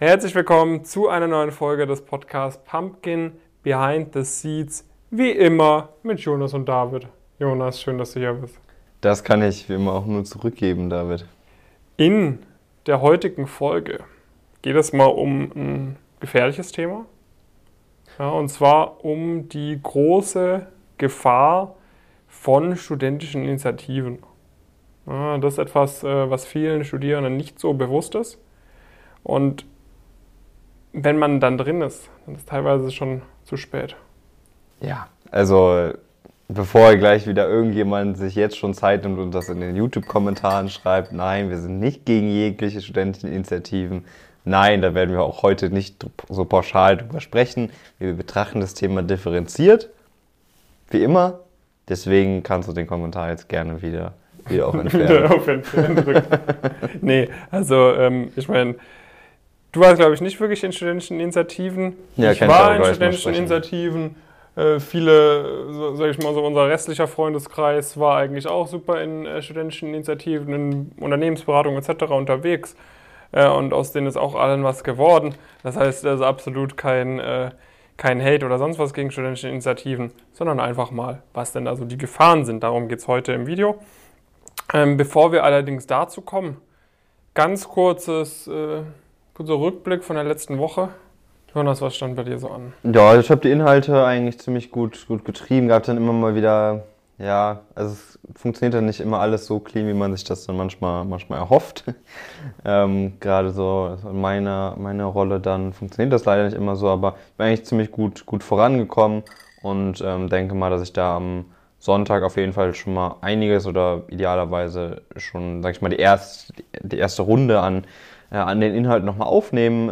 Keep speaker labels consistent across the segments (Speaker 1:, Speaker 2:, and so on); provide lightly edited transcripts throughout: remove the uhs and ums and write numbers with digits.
Speaker 1: Herzlich willkommen zu einer neuen Folge des Podcasts Pumpkin Behind the Seeds. Wie immer mit Jonas und David. Jonas, schön, dass du hier bist.
Speaker 2: Das kann ich wie immer auch nur zurückgeben, David.
Speaker 1: In der heutigen Folge geht es mal um ein gefährliches Thema. Ja, und zwar um die große Gefahr von studentischen Initiativen. Ja, das ist etwas, was vielen Studierenden nicht so bewusst ist. Und wenn man dann drin ist, dann ist es teilweise schon zu spät.
Speaker 2: Ja, also bevor gleich wieder irgendjemand sich jetzt schon Zeit nimmt und das in den YouTube-Kommentaren schreibt, nein, wir sind nicht gegen jegliche Studenteninitiativen. Nein, da werden wir auch heute nicht so pauschal drüber sprechen. Wir betrachten das Thema differenziert, wie immer. Deswegen kannst du den Kommentar jetzt gerne wieder auch entfernen.
Speaker 1: Wieder auf Entfernen drücken. Nee, also ich meine, du warst, glaube ich, nicht wirklich in studentischen Initiativen.
Speaker 2: Ja,
Speaker 1: ich war in studentischen Initiativen. Viele, sag ich mal so, unser restlicher Freundeskreis war eigentlich auch super in studentischen Initiativen, in Unternehmensberatung etc. unterwegs. Und aus denen ist auch allen was geworden. Das heißt, das ist absolut kein Hate oder sonst was gegen studentische Initiativen, sondern einfach mal, was denn also die Gefahren sind. Darum geht es heute im Video. Bevor wir allerdings dazu kommen, ganz kurzer Rückblick von der letzten Woche. Jonas, was stand bei dir so an?
Speaker 2: Ja, also ich habe die Inhalte eigentlich ziemlich gut getrieben, gab dann immer mal wieder, ja, also es funktioniert dann nicht immer alles so clean, wie man sich das dann manchmal erhofft. Gerade so in meiner Rolle dann funktioniert das leider nicht immer so, aber ich bin eigentlich ziemlich gut vorangekommen und denke mal, dass ich da am Sonntag auf jeden Fall schon mal einiges oder idealerweise schon, sag ich mal, die erste Runde an den Inhalt nochmal aufnehmen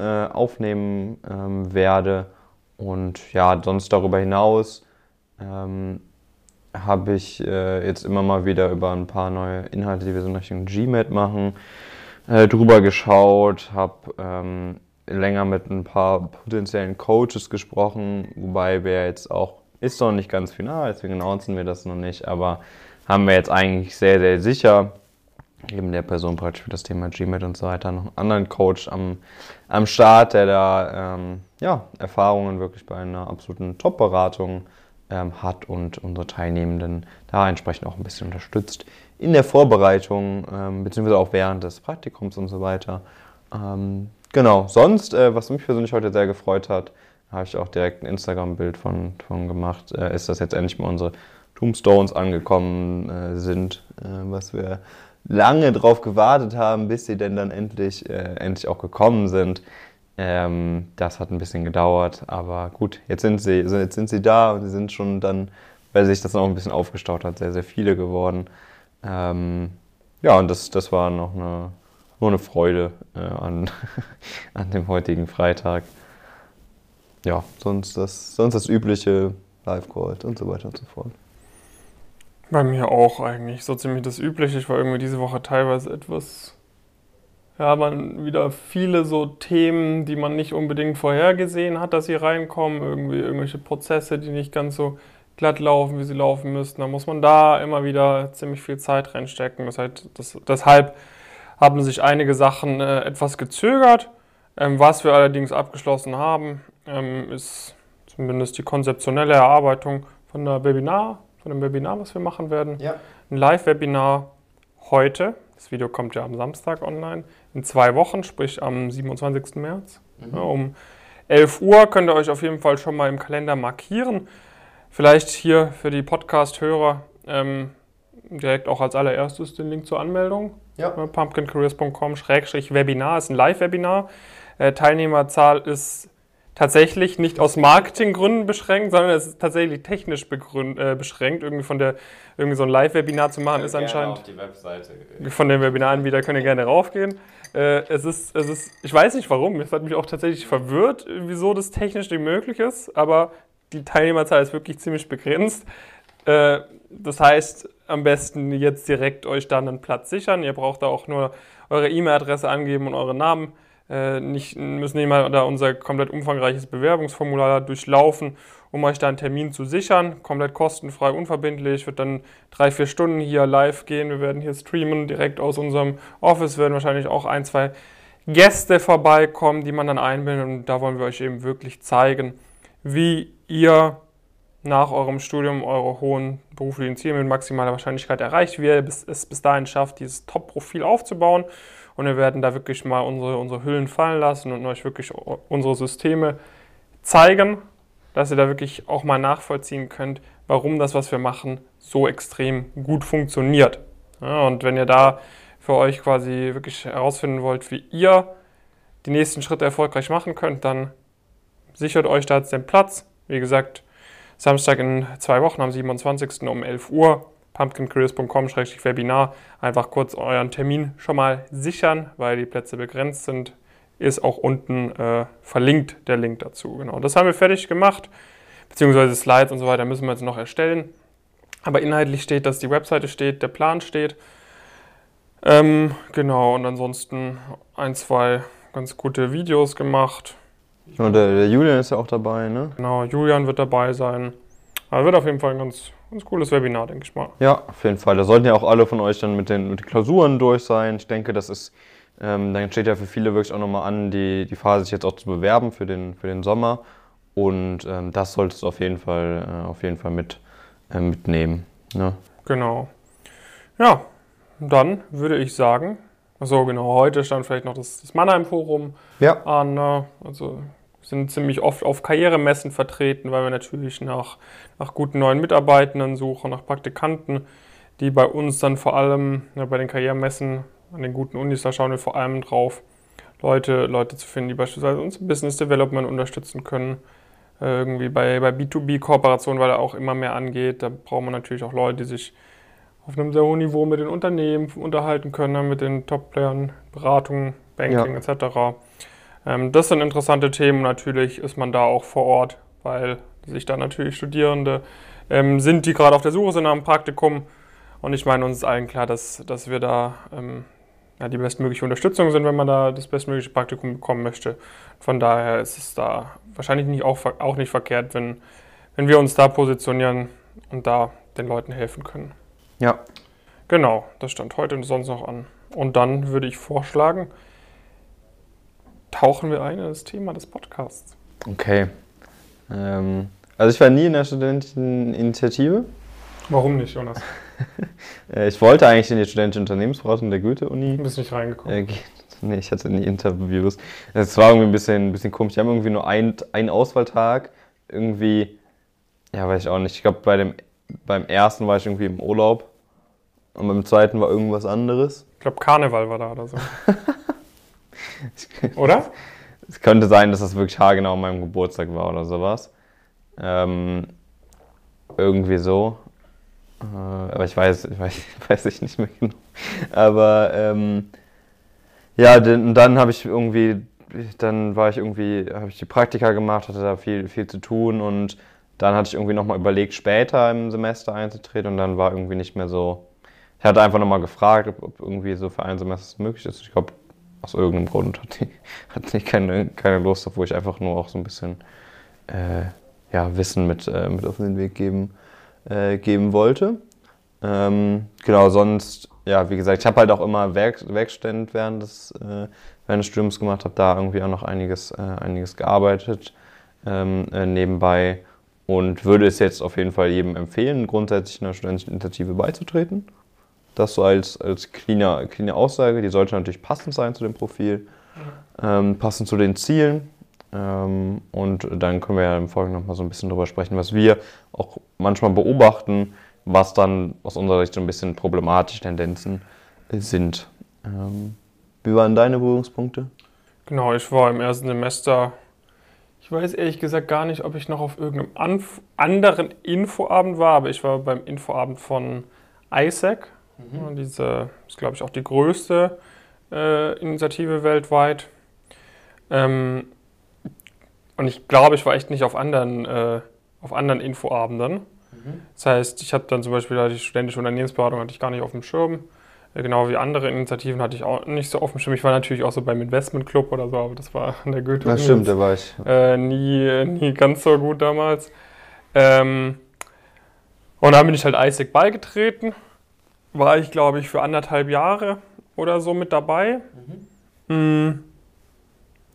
Speaker 2: werde. Und ja, sonst darüber hinaus habe ich jetzt immer mal wieder über ein paar neue Inhalte, die wir so in Richtung GMAT machen, drüber geschaut, habe länger mit ein paar potenziellen Coaches gesprochen, wobei wir jetzt auch, ist noch nicht ganz final, deswegen announcen wir das noch nicht, aber haben wir jetzt eigentlich sehr, sehr sicher eben der Person praktisch für das Thema GMAT und so weiter noch einen anderen Coach am Start, der da Erfahrungen wirklich bei einer absoluten Top-Beratung hat und unsere Teilnehmenden da entsprechend auch ein bisschen unterstützt in der Vorbereitung, beziehungsweise auch während des Praktikums und so weiter. Genau, sonst, was mich persönlich heute sehr gefreut hat, habe ich auch direkt ein Instagram-Bild von gemacht, ist, dass jetzt endlich mal unsere Tombstones angekommen sind, was wir lange drauf gewartet haben, bis sie denn dann endlich auch gekommen sind. Das hat ein bisschen gedauert, aber gut, jetzt sind sie da und sie sind schon dann, weil sich das noch ein bisschen aufgestaut hat, sehr, sehr viele geworden. Ja, und das war noch nur eine Freude an dem heutigen Freitag. Ja, sonst das übliche Live-Calls und so weiter und so fort.
Speaker 1: Bei mir auch eigentlich so ziemlich das Übliche. Ich war irgendwie diese Woche teilweise etwas, man wieder viele so Themen, die man nicht unbedingt vorhergesehen hat, dass sie reinkommen. Irgendwelche Prozesse, die nicht ganz so glatt laufen, wie sie laufen müssten. Da muss man da immer wieder ziemlich viel Zeit reinstecken. Deshalb haben sich einige Sachen etwas gezögert. Was wir allerdings abgeschlossen haben, ist zumindest die konzeptionelle Erarbeitung von dem Webinar, was wir machen werden.
Speaker 2: Ja.
Speaker 1: Ein Live-Webinar heute. Das Video kommt ja am Samstag online. In 2 Wochen, sprich am 27. März. Ja, um 11 Uhr könnt ihr euch auf jeden Fall schon mal im Kalender markieren. Vielleicht hier für die Podcast-Hörer direkt auch als allererstes den Link zur Anmeldung.
Speaker 2: Ja.
Speaker 1: pumpkincareers.com/Webinar ist ein Live-Webinar. Teilnehmerzahl ist tatsächlich nicht aus Marketinggründen beschränkt, sondern es ist tatsächlich technisch beschränkt. Irgendwie so ein Live-Webinar zu machen, ist anscheinend
Speaker 2: auf die Webseite.
Speaker 1: Von dem Webinaranbieter könnt ihr gerne raufgehen. Ich weiß nicht warum, es hat mich auch tatsächlich verwirrt, wieso das technisch nicht möglich ist, aber die Teilnehmerzahl ist wirklich ziemlich begrenzt. Das heißt, am besten jetzt direkt euch dann einen Platz sichern. Ihr braucht da auch nur eure E-Mail-Adresse angeben und euren Namen. Müssen nicht mal da unser komplett umfangreiches Bewerbungsformular durchlaufen, um euch da einen Termin zu sichern. Komplett kostenfrei, unverbindlich. Wird dann 3-4 Stunden hier live gehen. Wir werden hier streamen, direkt aus unserem Office. Werden wahrscheinlich auch 1-2 Gäste vorbeikommen, die man dann einbindet. Und da wollen wir euch eben wirklich zeigen, wie ihr nach eurem Studium eure hohen beruflichen Ziele mit maximaler Wahrscheinlichkeit erreicht, wie ihr es bis dahin schafft, dieses Top-Profil aufzubauen. Und wir werden da wirklich mal unsere Hüllen fallen lassen und euch wirklich unsere Systeme zeigen, dass ihr da wirklich auch mal nachvollziehen könnt, warum das, was wir machen, so extrem gut funktioniert. Ja, und wenn ihr da für euch quasi wirklich herausfinden wollt, wie ihr die nächsten Schritte erfolgreich machen könnt, dann sichert euch da jetzt den Platz. Wie gesagt, Samstag in 2 Wochen am 27. um 11 Uhr, pumpkincareers.com/Webinar. Einfach kurz euren Termin schon mal sichern, weil die Plätze begrenzt sind. Ist auch unten verlinkt, der Link dazu. Genau, das haben wir fertig gemacht, beziehungsweise Slides und so weiter müssen wir jetzt noch erstellen. Aber inhaltlich steht, dass die Webseite steht, der Plan steht. Genau, und ansonsten 1, 2 ganz gute Videos gemacht.
Speaker 2: Und der Julian ist ja auch dabei, ne?
Speaker 1: Genau, Julian wird dabei sein. Also wird auf jeden Fall ein ganz cooles Webinar, denke ich mal.
Speaker 2: Ja, auf jeden Fall. Da sollten ja auch alle von euch dann mit den Klausuren durch sein. Ich denke, das ist, dann steht ja für viele wirklich auch nochmal an, die Phase sich jetzt auch zu bewerben für den Sommer. Und das solltest du auf jeden Fall mitnehmen. Ne?
Speaker 1: Genau. Ja, dann würde ich sagen, achso genau, heute stand vielleicht noch das Mannheim-Forum an. Also sind ziemlich oft auf Karrieremessen vertreten, weil wir natürlich nach guten neuen Mitarbeitenden suchen, nach Praktikanten, die bei uns dann vor allem bei den Karrieremessen, an den guten Unis, da schauen wir vor allem drauf, Leute zu finden, die beispielsweise uns im Business Development unterstützen können. Irgendwie bei B2B-Kooperationen, weil er auch immer mehr angeht. Da braucht man natürlich auch Leute, die sich auf einem sehr hohen Niveau mit den Unternehmen unterhalten können, mit den Top-Playern, Beratung, Banking etc. Das sind interessante Themen. Natürlich ist man da auch vor Ort, weil sich da natürlich Studierende sind, die gerade auf der Suche sind nach einem Praktikum. Und ich meine, uns ist allen klar, dass wir da die bestmögliche Unterstützung sind, wenn man da das bestmögliche Praktikum bekommen möchte. Von daher ist es da wahrscheinlich auch nicht verkehrt, wenn wir uns da positionieren und da den Leuten helfen können.
Speaker 2: Ja.
Speaker 1: Genau, das stand heute und sonst noch an. Und dann würde ich vorschlagen, tauchen wir ein in das Thema des Podcasts.
Speaker 2: Okay. Also ich war nie in der Studenteninitiative.
Speaker 1: Warum nicht, Jonas?
Speaker 2: Ich wollte eigentlich in die studentische Unternehmensberatung der Goethe-Uni.
Speaker 1: Du bist nicht reingekommen.
Speaker 2: Nee, ich hatte nie Interviews. Es war irgendwie ein bisschen komisch. Die haben irgendwie nur einen Auswahltag. Irgendwie, ja, weiß ich auch nicht. Ich glaube, beim ersten war ich irgendwie im Urlaub. Und beim zweiten war irgendwas anderes.
Speaker 1: Ich glaube, Karneval war da oder so. Oder?
Speaker 2: Es könnte sein, dass das wirklich haargenau an meinem Geburtstag war oder sowas. Irgendwie so. Aber ich weiß ich nicht mehr genau. Aber dann habe ich die Praktika gemacht, hatte da viel zu tun und dann hatte ich irgendwie nochmal überlegt, später im Semester einzutreten und dann war irgendwie nicht mehr so. Ich hatte einfach nochmal gefragt, ob irgendwie so für ein Semester möglich ist. Ich glaube, aus irgendeinem Grund hatte ich keine Lust, obwohl ich einfach nur auch so ein bisschen Wissen mit auf den Weg geben wollte. Genau, sonst, ja, wie gesagt, ich habe halt auch immer Werkstudent während des Studiums gemacht, habe da irgendwie auch noch einiges gearbeitet nebenbei und würde es jetzt auf jeden Fall jedem empfehlen, grundsätzlich einer studentischen Initiative beizutreten. Das so als cleane Aussage, die sollte natürlich passend sein zu dem Profil, passend zu den Zielen. Und dann können wir ja im Folgenden nochmal so ein bisschen drüber sprechen, was wir auch manchmal beobachten, was dann aus unserer Sicht so ein bisschen problematische Tendenzen sind. Wie waren deine Berührungspunkte?
Speaker 1: Genau, ich war im ersten Semester, ich weiß ehrlich gesagt gar nicht, ob ich noch auf irgendeinem anderen Infoabend war, aber ich war beim Infoabend von ISAC. Diese ist, glaube ich, auch die größte Initiative weltweit. Und ich glaube, ich war echt nicht auf anderen Infoabenden. Das heißt, ich habe dann zum Beispiel die studentische Unternehmensberatung hatte ich gar nicht auf dem Schirm. Genau wie andere Initiativen hatte ich auch nicht so auf dem Schirm. Ich war natürlich auch so beim Investment Club oder so, aber das war an der Goethe-Uni.
Speaker 2: Das stimmt, da war ich.
Speaker 1: Nie ganz so gut damals. Und dann bin ich halt ISAC beigetreten. War ich, glaube ich, für 1,5 Jahre oder so mit dabei.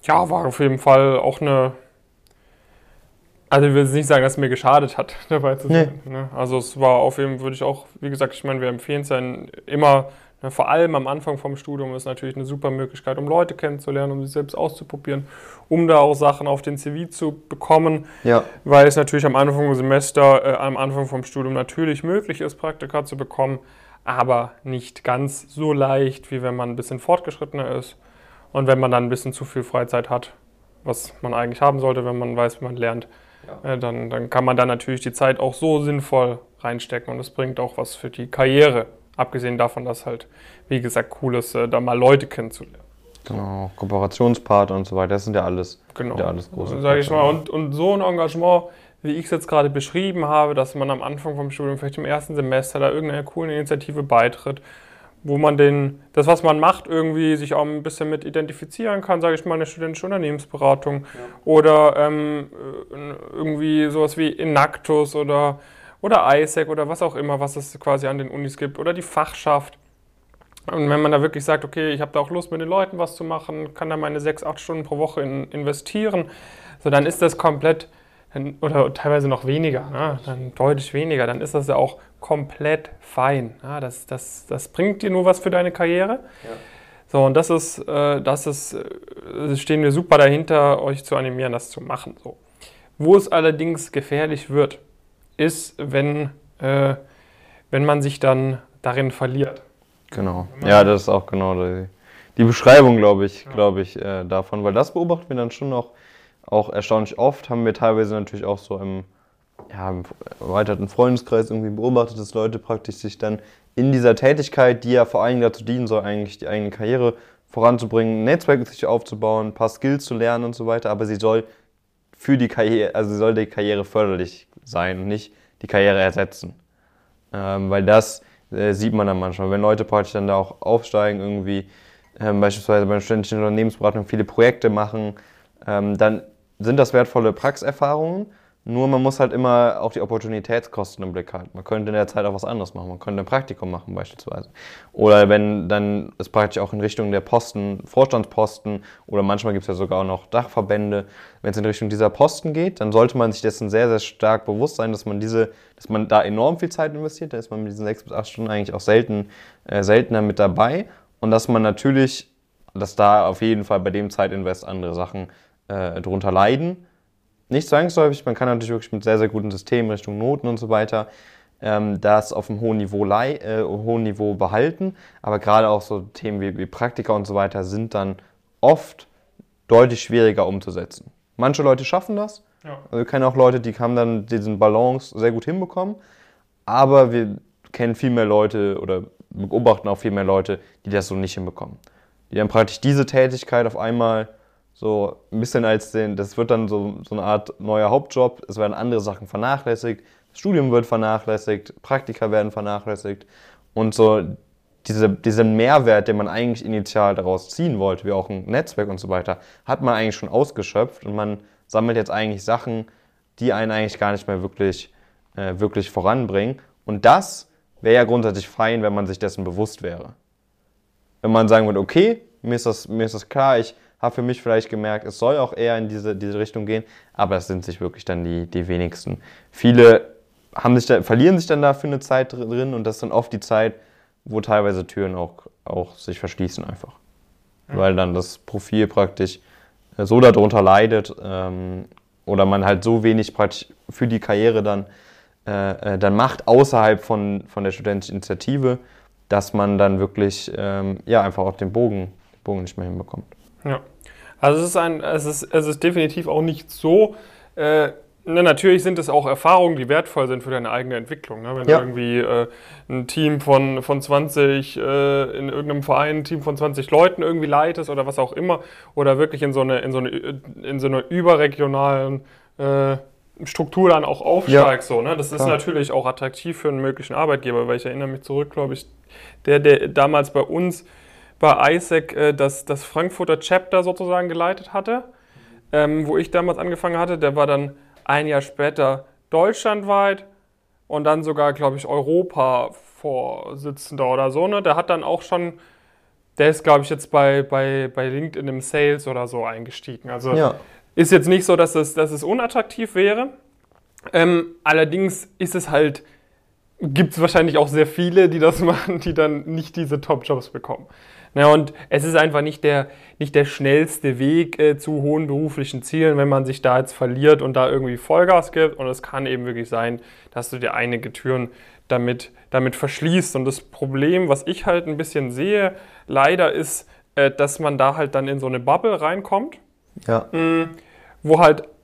Speaker 1: Ja, war auf jeden Fall auch also ich will jetzt nicht sagen, dass es mir geschadet hat, dabei zu sein. Ne? Also es war auf jeden Fall, würde ich auch, wie gesagt, ich meine, wir empfehlen es dann immer, ne, vor allem am Anfang vom Studium ist natürlich eine super Möglichkeit, um Leute kennenzulernen, um sich selbst auszuprobieren, um da auch Sachen auf den CV zu bekommen,
Speaker 2: Ja,
Speaker 1: weil es natürlich am Anfang vom Semester, am Anfang vom Studium natürlich möglich ist, Praktika zu bekommen, aber nicht ganz so leicht, wie wenn man ein bisschen fortgeschrittener ist und wenn man dann ein bisschen zu viel Freizeit hat, was man eigentlich haben sollte, wenn man weiß, wie man lernt. Dann kann man da natürlich die Zeit auch so sinnvoll reinstecken und es bringt auch was für die Karriere. Abgesehen davon, dass halt, wie gesagt, cool ist, da mal Leute kennenzulernen.
Speaker 2: genau. Kooperationspartner und so weiter, das sind
Speaker 1: Genau.
Speaker 2: ja alles große
Speaker 1: Sage ich
Speaker 2: Vorteile.
Speaker 1: mal. Und so ein Engagement, wie ich es jetzt gerade beschrieben habe, dass man am Anfang vom Studium, vielleicht im ersten Semester, da irgendeiner coolen Initiative beitritt, wo man das, was man macht, irgendwie sich auch ein bisschen mit identifizieren kann, sage ich mal, eine studentische Unternehmensberatung oder irgendwie sowas wie Inactus oder ISEC oder was auch immer, was es quasi an den Unis gibt oder die Fachschaft. Und wenn man da wirklich sagt, okay, ich habe da auch Lust, mit den Leuten was zu machen, kann da meine 6, 8 Stunden pro Woche investieren, so dann ist das komplett, oder teilweise noch weniger, ne? Dann deutlich weniger, dann ist das ja auch komplett fein. Ja? Das bringt dir nur was für deine Karriere.
Speaker 2: Ja.
Speaker 1: So, und stehen wir super dahinter, euch zu animieren, das zu machen. So. Wo es allerdings gefährlich wird, ist, wenn man sich dann darin verliert.
Speaker 2: Genau. Ja, das ist auch genau die Beschreibung, glaube ich, davon, weil das beobachten wir dann schon auch erstaunlich oft, haben wir teilweise natürlich auch so im erweiterten Freundeskreis irgendwie beobachtet, dass Leute praktisch sich dann in dieser Tätigkeit, die ja vor allem dazu dienen soll, eigentlich die eigene Karriere voranzubringen, ein Netzwerk sich aufzubauen, ein paar Skills zu lernen und so weiter, aber sie soll die Karriere förderlich sein und nicht die Karriere ersetzen. Weil das sieht man dann manchmal, wenn Leute praktisch dann da auch aufsteigen, irgendwie beispielsweise bei einer studentischen Unternehmensberatung viele Projekte machen, dann sind das wertvolle Praxiserfahrungen, nur man muss halt immer auch die Opportunitätskosten im Blick halten. Man könnte in der Zeit auch was anderes machen, man könnte ein Praktikum machen beispielsweise. Oder wenn dann es praktisch auch in Richtung der Posten, Vorstandsposten oder manchmal gibt es ja sogar auch noch Dachverbände, wenn es in Richtung dieser Posten geht, dann sollte man sich dessen sehr, sehr stark bewusst sein, dass man da enorm viel Zeit investiert, da ist man mit diesen 6 bis 8 Stunden eigentlich auch seltener mit dabei und dass da auf jeden Fall bei dem Zeitinvest andere Sachen drunter leiden. Nicht zwangsläufig, man kann natürlich wirklich mit sehr, sehr guten Systemen Richtung Noten und so weiter das auf einem hohen Niveau behalten, aber gerade auch so Themen wie Praktika und so weiter sind dann oft deutlich schwieriger umzusetzen. Manche Leute schaffen das, also wir kennen auch Leute, die haben dann diesen Balance sehr gut hinbekommen, aber wir kennen viel mehr Leute oder beobachten auch viel mehr Leute, die das so nicht hinbekommen. Die dann praktisch diese Tätigkeit auf einmal so ein bisschen das wird dann so eine Art neuer Hauptjob, es werden andere Sachen vernachlässigt, das Studium wird vernachlässigt, Praktika werden vernachlässigt und so diesen Mehrwert, den man eigentlich initial daraus ziehen wollte, wie auch ein Netzwerk und so weiter, hat man eigentlich schon ausgeschöpft und man sammelt jetzt eigentlich Sachen, die einen eigentlich gar nicht mehr wirklich voranbringen und das wäre ja grundsätzlich fein, wenn man sich dessen bewusst wäre. Wenn man sagen würde, okay, mir ist das klar, ich habe für mich vielleicht gemerkt, es soll auch eher in diese Richtung gehen, aber es sind sich wirklich dann die wenigsten. Viele verlieren sich dann da für eine Zeit drin und das ist dann oft die Zeit, wo teilweise Türen auch sich verschließen einfach. Ja. Weil dann das Profil praktisch so darunter leidet oder man halt so wenig praktisch für die Karriere dann macht, außerhalb von der studentischen Initiative, dass man dann wirklich einfach auch den Bogen nicht mehr hinbekommt.
Speaker 1: Ja, also es ist definitiv auch nicht so, natürlich sind es auch Erfahrungen, die wertvoll sind für deine eigene Entwicklung. Ne? Wenn du irgendwie ein Team von 20, in irgendeinem Verein ein Team von 20 Leuten irgendwie leitest oder was auch immer, oder wirklich in so einer überregionalen Struktur dann auch aufsteigst. Ja. So, ne? Das ist natürlich auch attraktiv für einen möglichen Arbeitgeber, weil ich erinnere mich zurück, glaube ich, der damals bei uns bei ISEC das Frankfurter Chapter sozusagen geleitet hatte, wo ich damals angefangen hatte. Der war dann ein Jahr später deutschlandweit und dann sogar, glaube ich, Europa-Vorsitzender oder so. Ne? Der hat dann auch schon der ist, glaube ich, jetzt bei LinkedIn im Sales oder so eingestiegen. Also
Speaker 2: Ja.
Speaker 1: ist jetzt nicht so, dass es unattraktiv wäre. Allerdings ist es halt, gibt es wahrscheinlich auch sehr viele, die das machen, die dann nicht diese Top-Jobs bekommen. Ja, und es ist einfach nicht der schnellste Weg zu hohen beruflichen Zielen, wenn man sich da jetzt verliert und da irgendwie Vollgas gibt. Und es kann eben wirklich sein, dass du dir einige Türen damit verschließt. Und das Problem, was ich halt ein bisschen sehe, leider ist, dass man da halt dann in so eine Bubble reinkommt,
Speaker 2: Ja.
Speaker 1: wo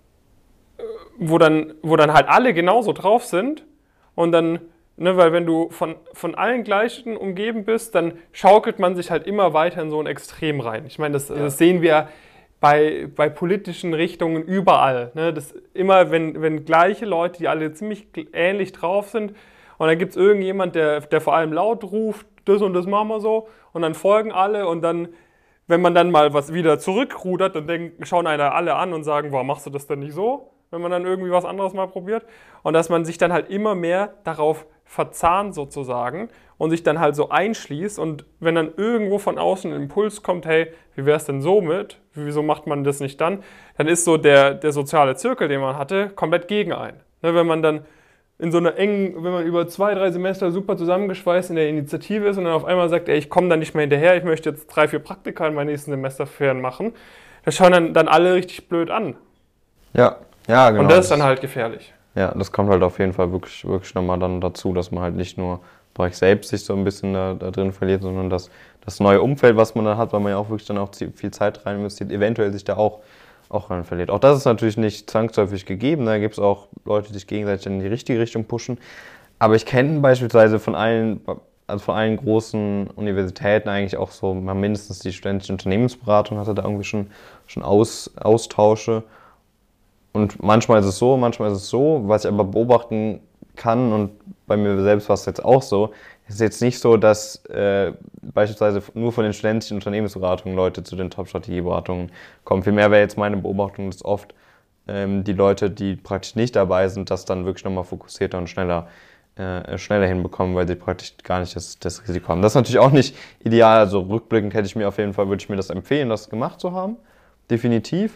Speaker 1: dann halt alle genauso drauf sind und dann, ne, weil wenn du von allen Gleichen umgeben bist, dann schaukelt man sich halt immer weiter in so ein Extrem rein. Ich meine, das sehen wir bei politischen Richtungen überall. Ne? Das immer, wenn gleiche Leute, die alle ziemlich ähnlich drauf sind, und dann gibt es irgendjemand, der vor allem laut ruft, das und das machen wir so, und dann folgen alle und dann, wenn man dann mal was wieder zurückrudert, dann schauen einer alle an und sagen, warum machst du das denn nicht so? Wenn man dann irgendwie was anderes mal probiert. Und dass man sich dann halt immer mehr darauf verzahnt sozusagen und sich dann halt so einschließt. Und wenn dann irgendwo von außen ein Impuls kommt, hey, wie wäre es denn so mit? Wieso macht man das nicht dann? Dann ist so der soziale Zirkel, den man hatte, komplett gegen einen. Ne, wenn man dann in so einer engen, wenn man über 2, 3 Semester super zusammengeschweißt in der Initiative ist und dann auf einmal sagt, ey, ich komme da nicht mehr hinterher, ich möchte jetzt 3, 4 Praktika in meinen nächsten Semesterferien machen, da schauen dann alle richtig blöd an.
Speaker 2: Ja, ja, genau.
Speaker 1: Und das ist dann halt gefährlich.
Speaker 2: Ja, das kommt halt auf jeden Fall wirklich nochmal dann dazu, dass man halt nicht nur bei sich selbst sich so ein bisschen da drin verliert, sondern das neue Umfeld, was man dann hat, weil man ja auch wirklich dann auch viel Zeit rein investiert, eventuell sich da auch rein verliert. Auch das ist natürlich nicht zwangsläufig gegeben, da gibt es auch Leute, die sich gegenseitig in die richtige Richtung pushen. Aber ich kenne beispielsweise von allen großen Universitäten eigentlich auch so, mal mindestens die studentische Unternehmensberatung hatte da irgendwie schon Austausche. Und manchmal ist es so, manchmal ist es so. Was ich aber beobachten kann, und bei mir selbst war es jetzt auch so, ist jetzt nicht so, dass beispielsweise nur von den studentischen Unternehmensberatungen Leute zu den Top-Strategieberatungen kommen. Vielmehr wäre jetzt meine Beobachtung, dass oft die Leute, die praktisch nicht dabei sind, das dann wirklich nochmal fokussierter und schneller hinbekommen, weil sie praktisch gar nicht das Risiko haben. Das ist natürlich auch nicht ideal. Also rückblickend würde ich mir das empfehlen, das gemacht zu haben. Definitiv.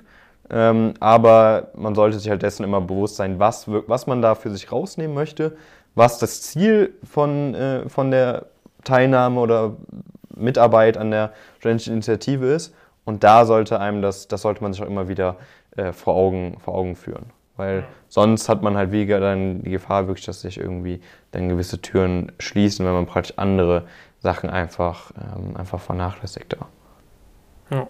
Speaker 2: Aber man sollte sich halt dessen immer bewusst sein, was man da für sich rausnehmen möchte, was das Ziel von der Teilnahme oder Mitarbeit an der studentischen Initiative ist. Und da sollte sollte man sich auch immer wieder vor Augen führen. Weil sonst hat man halt wieder dann die Gefahr wirklich, dass sich irgendwie dann gewisse Türen schließen, wenn man praktisch andere Sachen einfach vernachlässigt.
Speaker 1: Ja.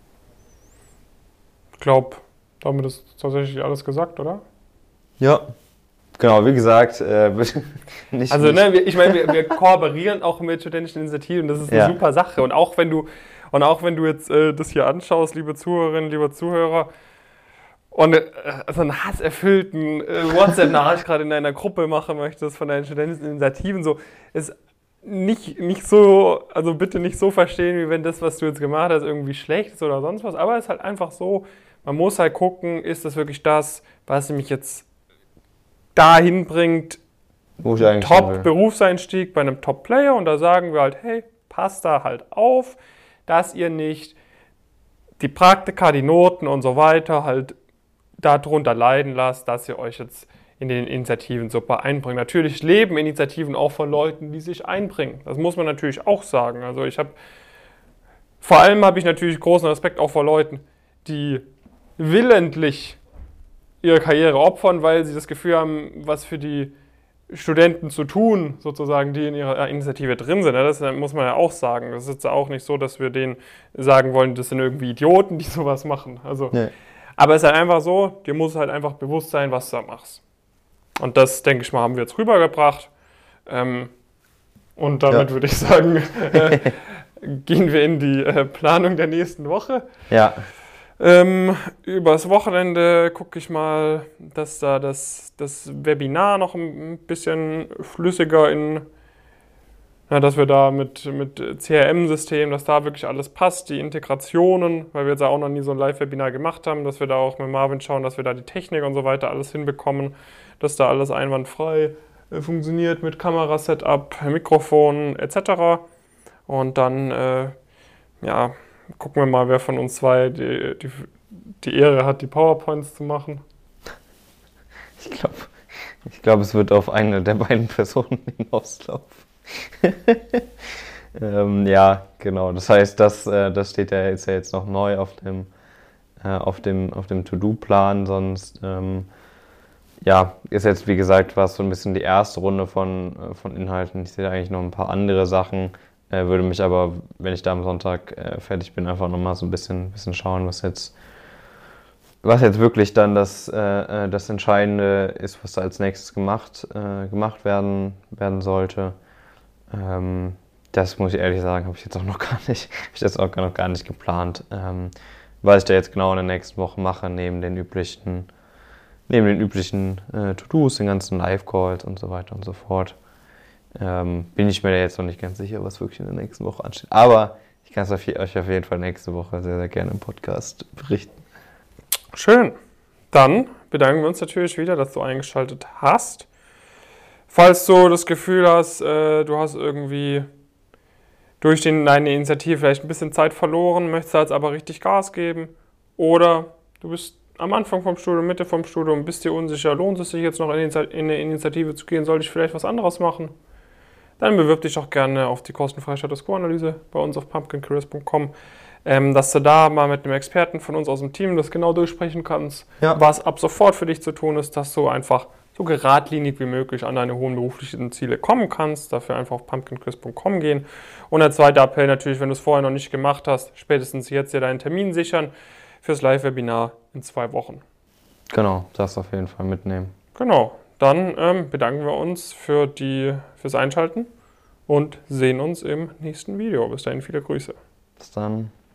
Speaker 1: Ich glaube, damit ist tatsächlich alles gesagt, oder?
Speaker 2: Ja, genau, wie gesagt, nicht.
Speaker 1: Also, ne, ich meine, wir kooperieren auch mit studentischen Initiativen, das ist eine super Sache. Und auch wenn du jetzt das hier anschaust, liebe Zuhörerinnen, liebe Zuhörer, und so einen hasserfüllten WhatsApp-Nachricht gerade in deiner Gruppe machen möchtest von deinen studentischen Initiativen, so ist nicht so, also bitte nicht so verstehen, wie wenn das, was du jetzt gemacht hast, irgendwie schlecht ist oder sonst was. Aber es ist halt einfach so, man muss halt gucken, ist das wirklich das, was mich jetzt dahin bringt, Top-Berufseinstieg bei einem Top-Player, und da sagen wir halt, hey, passt da halt auf, dass ihr nicht die Praktika, die Noten und so weiter halt darunter leiden lasst, dass ihr euch jetzt in den Initiativen super einbringt. Natürlich leben Initiativen auch von Leuten, die sich einbringen. Das muss man natürlich auch sagen. Also vor allem habe ich natürlich großen Respekt auch vor Leuten, die willentlich ihre Karriere opfern, weil sie das Gefühl haben, was für die Studenten zu tun, sozusagen, die in ihrer Initiative drin sind. Das muss man ja auch sagen. Das ist jetzt auch nicht so, dass wir denen sagen wollen, das sind irgendwie Idioten, die sowas machen. Also, nee. Aber es ist halt einfach so, dir muss halt einfach bewusst sein, was du da machst. Und das, denke ich mal, haben wir jetzt rübergebracht. Und damit würde ich sagen, gehen wir in die Planung der nächsten Woche.
Speaker 2: Ja.
Speaker 1: Übers Wochenende gucke ich mal, dass da das Webinar noch ein bisschen flüssiger dass wir da mit CRM-System, dass da wirklich alles passt, die Integrationen, weil wir jetzt auch noch nie so ein Live-Webinar gemacht haben, dass wir da auch mit Marvin schauen, dass wir da die Technik und so weiter alles hinbekommen, dass da alles einwandfrei funktioniert mit Kamerasetup, Mikrofon etc. Und dann ja, gucken wir mal, wer von uns zwei die Ehre hat, die PowerPoints zu machen.
Speaker 2: Ich glaube, es wird auf eine der beiden Personen hinauslaufen. Ja, genau. Das heißt, das steht ja jetzt noch neu auf dem To-Do-Plan. Sonst, ja, ist jetzt, wie gesagt, so ein bisschen die erste Runde von Inhalten. Ich sehe da eigentlich noch ein paar andere Sachen. Würde mich aber, wenn ich da am Sonntag fertig bin, einfach nochmal so ein bisschen schauen, was jetzt wirklich dann das Entscheidende ist, was da als nächstes gemacht werden sollte. Das muss ich ehrlich sagen, habe ich jetzt auch noch gar nicht geplant, was ich da jetzt genau in der nächsten Woche mache, neben den üblichen To-Dos, den ganzen Live-Calls und so weiter und so fort. Bin ich mir da jetzt noch nicht ganz sicher, was wirklich in der nächsten Woche ansteht. Aber ich kann es euch auf jeden Fall nächste Woche sehr, sehr gerne im Podcast berichten.
Speaker 1: Schön. Dann bedanken wir uns natürlich wieder, dass du eingeschaltet hast. Falls du das Gefühl hast, du hast irgendwie durch deine Initiative vielleicht ein bisschen Zeit verloren, möchtest jetzt aber richtig Gas geben, oder du bist am Anfang vom Studium, Mitte vom Studium, bist dir unsicher, lohnt es sich jetzt noch in eine Initiative zu gehen, sollte ich vielleicht was anderes machen? Dann bewirb dich auch gerne auf die kostenfreie Status Quo-Analyse bei uns auf pumpkincareers.com, dass du da mal mit einem Experten von uns aus dem Team das genau durchsprechen kannst,
Speaker 2: Ja.
Speaker 1: was ab sofort für dich zu tun ist, dass du einfach so geradlinig wie möglich an deine hohen beruflichen Ziele kommen kannst. Dafür einfach auf pumpkincareers.com gehen. Und der zweite Appell natürlich, wenn du es vorher noch nicht gemacht hast, spätestens jetzt dir deinen Termin sichern fürs Live-Webinar in 2 Wochen.
Speaker 2: Genau, das auf jeden Fall mitnehmen.
Speaker 1: Genau, dann bedanken wir uns fürs Einschalten und sehen uns im nächsten Video. Bis dahin, viele Grüße.
Speaker 2: Bis dann.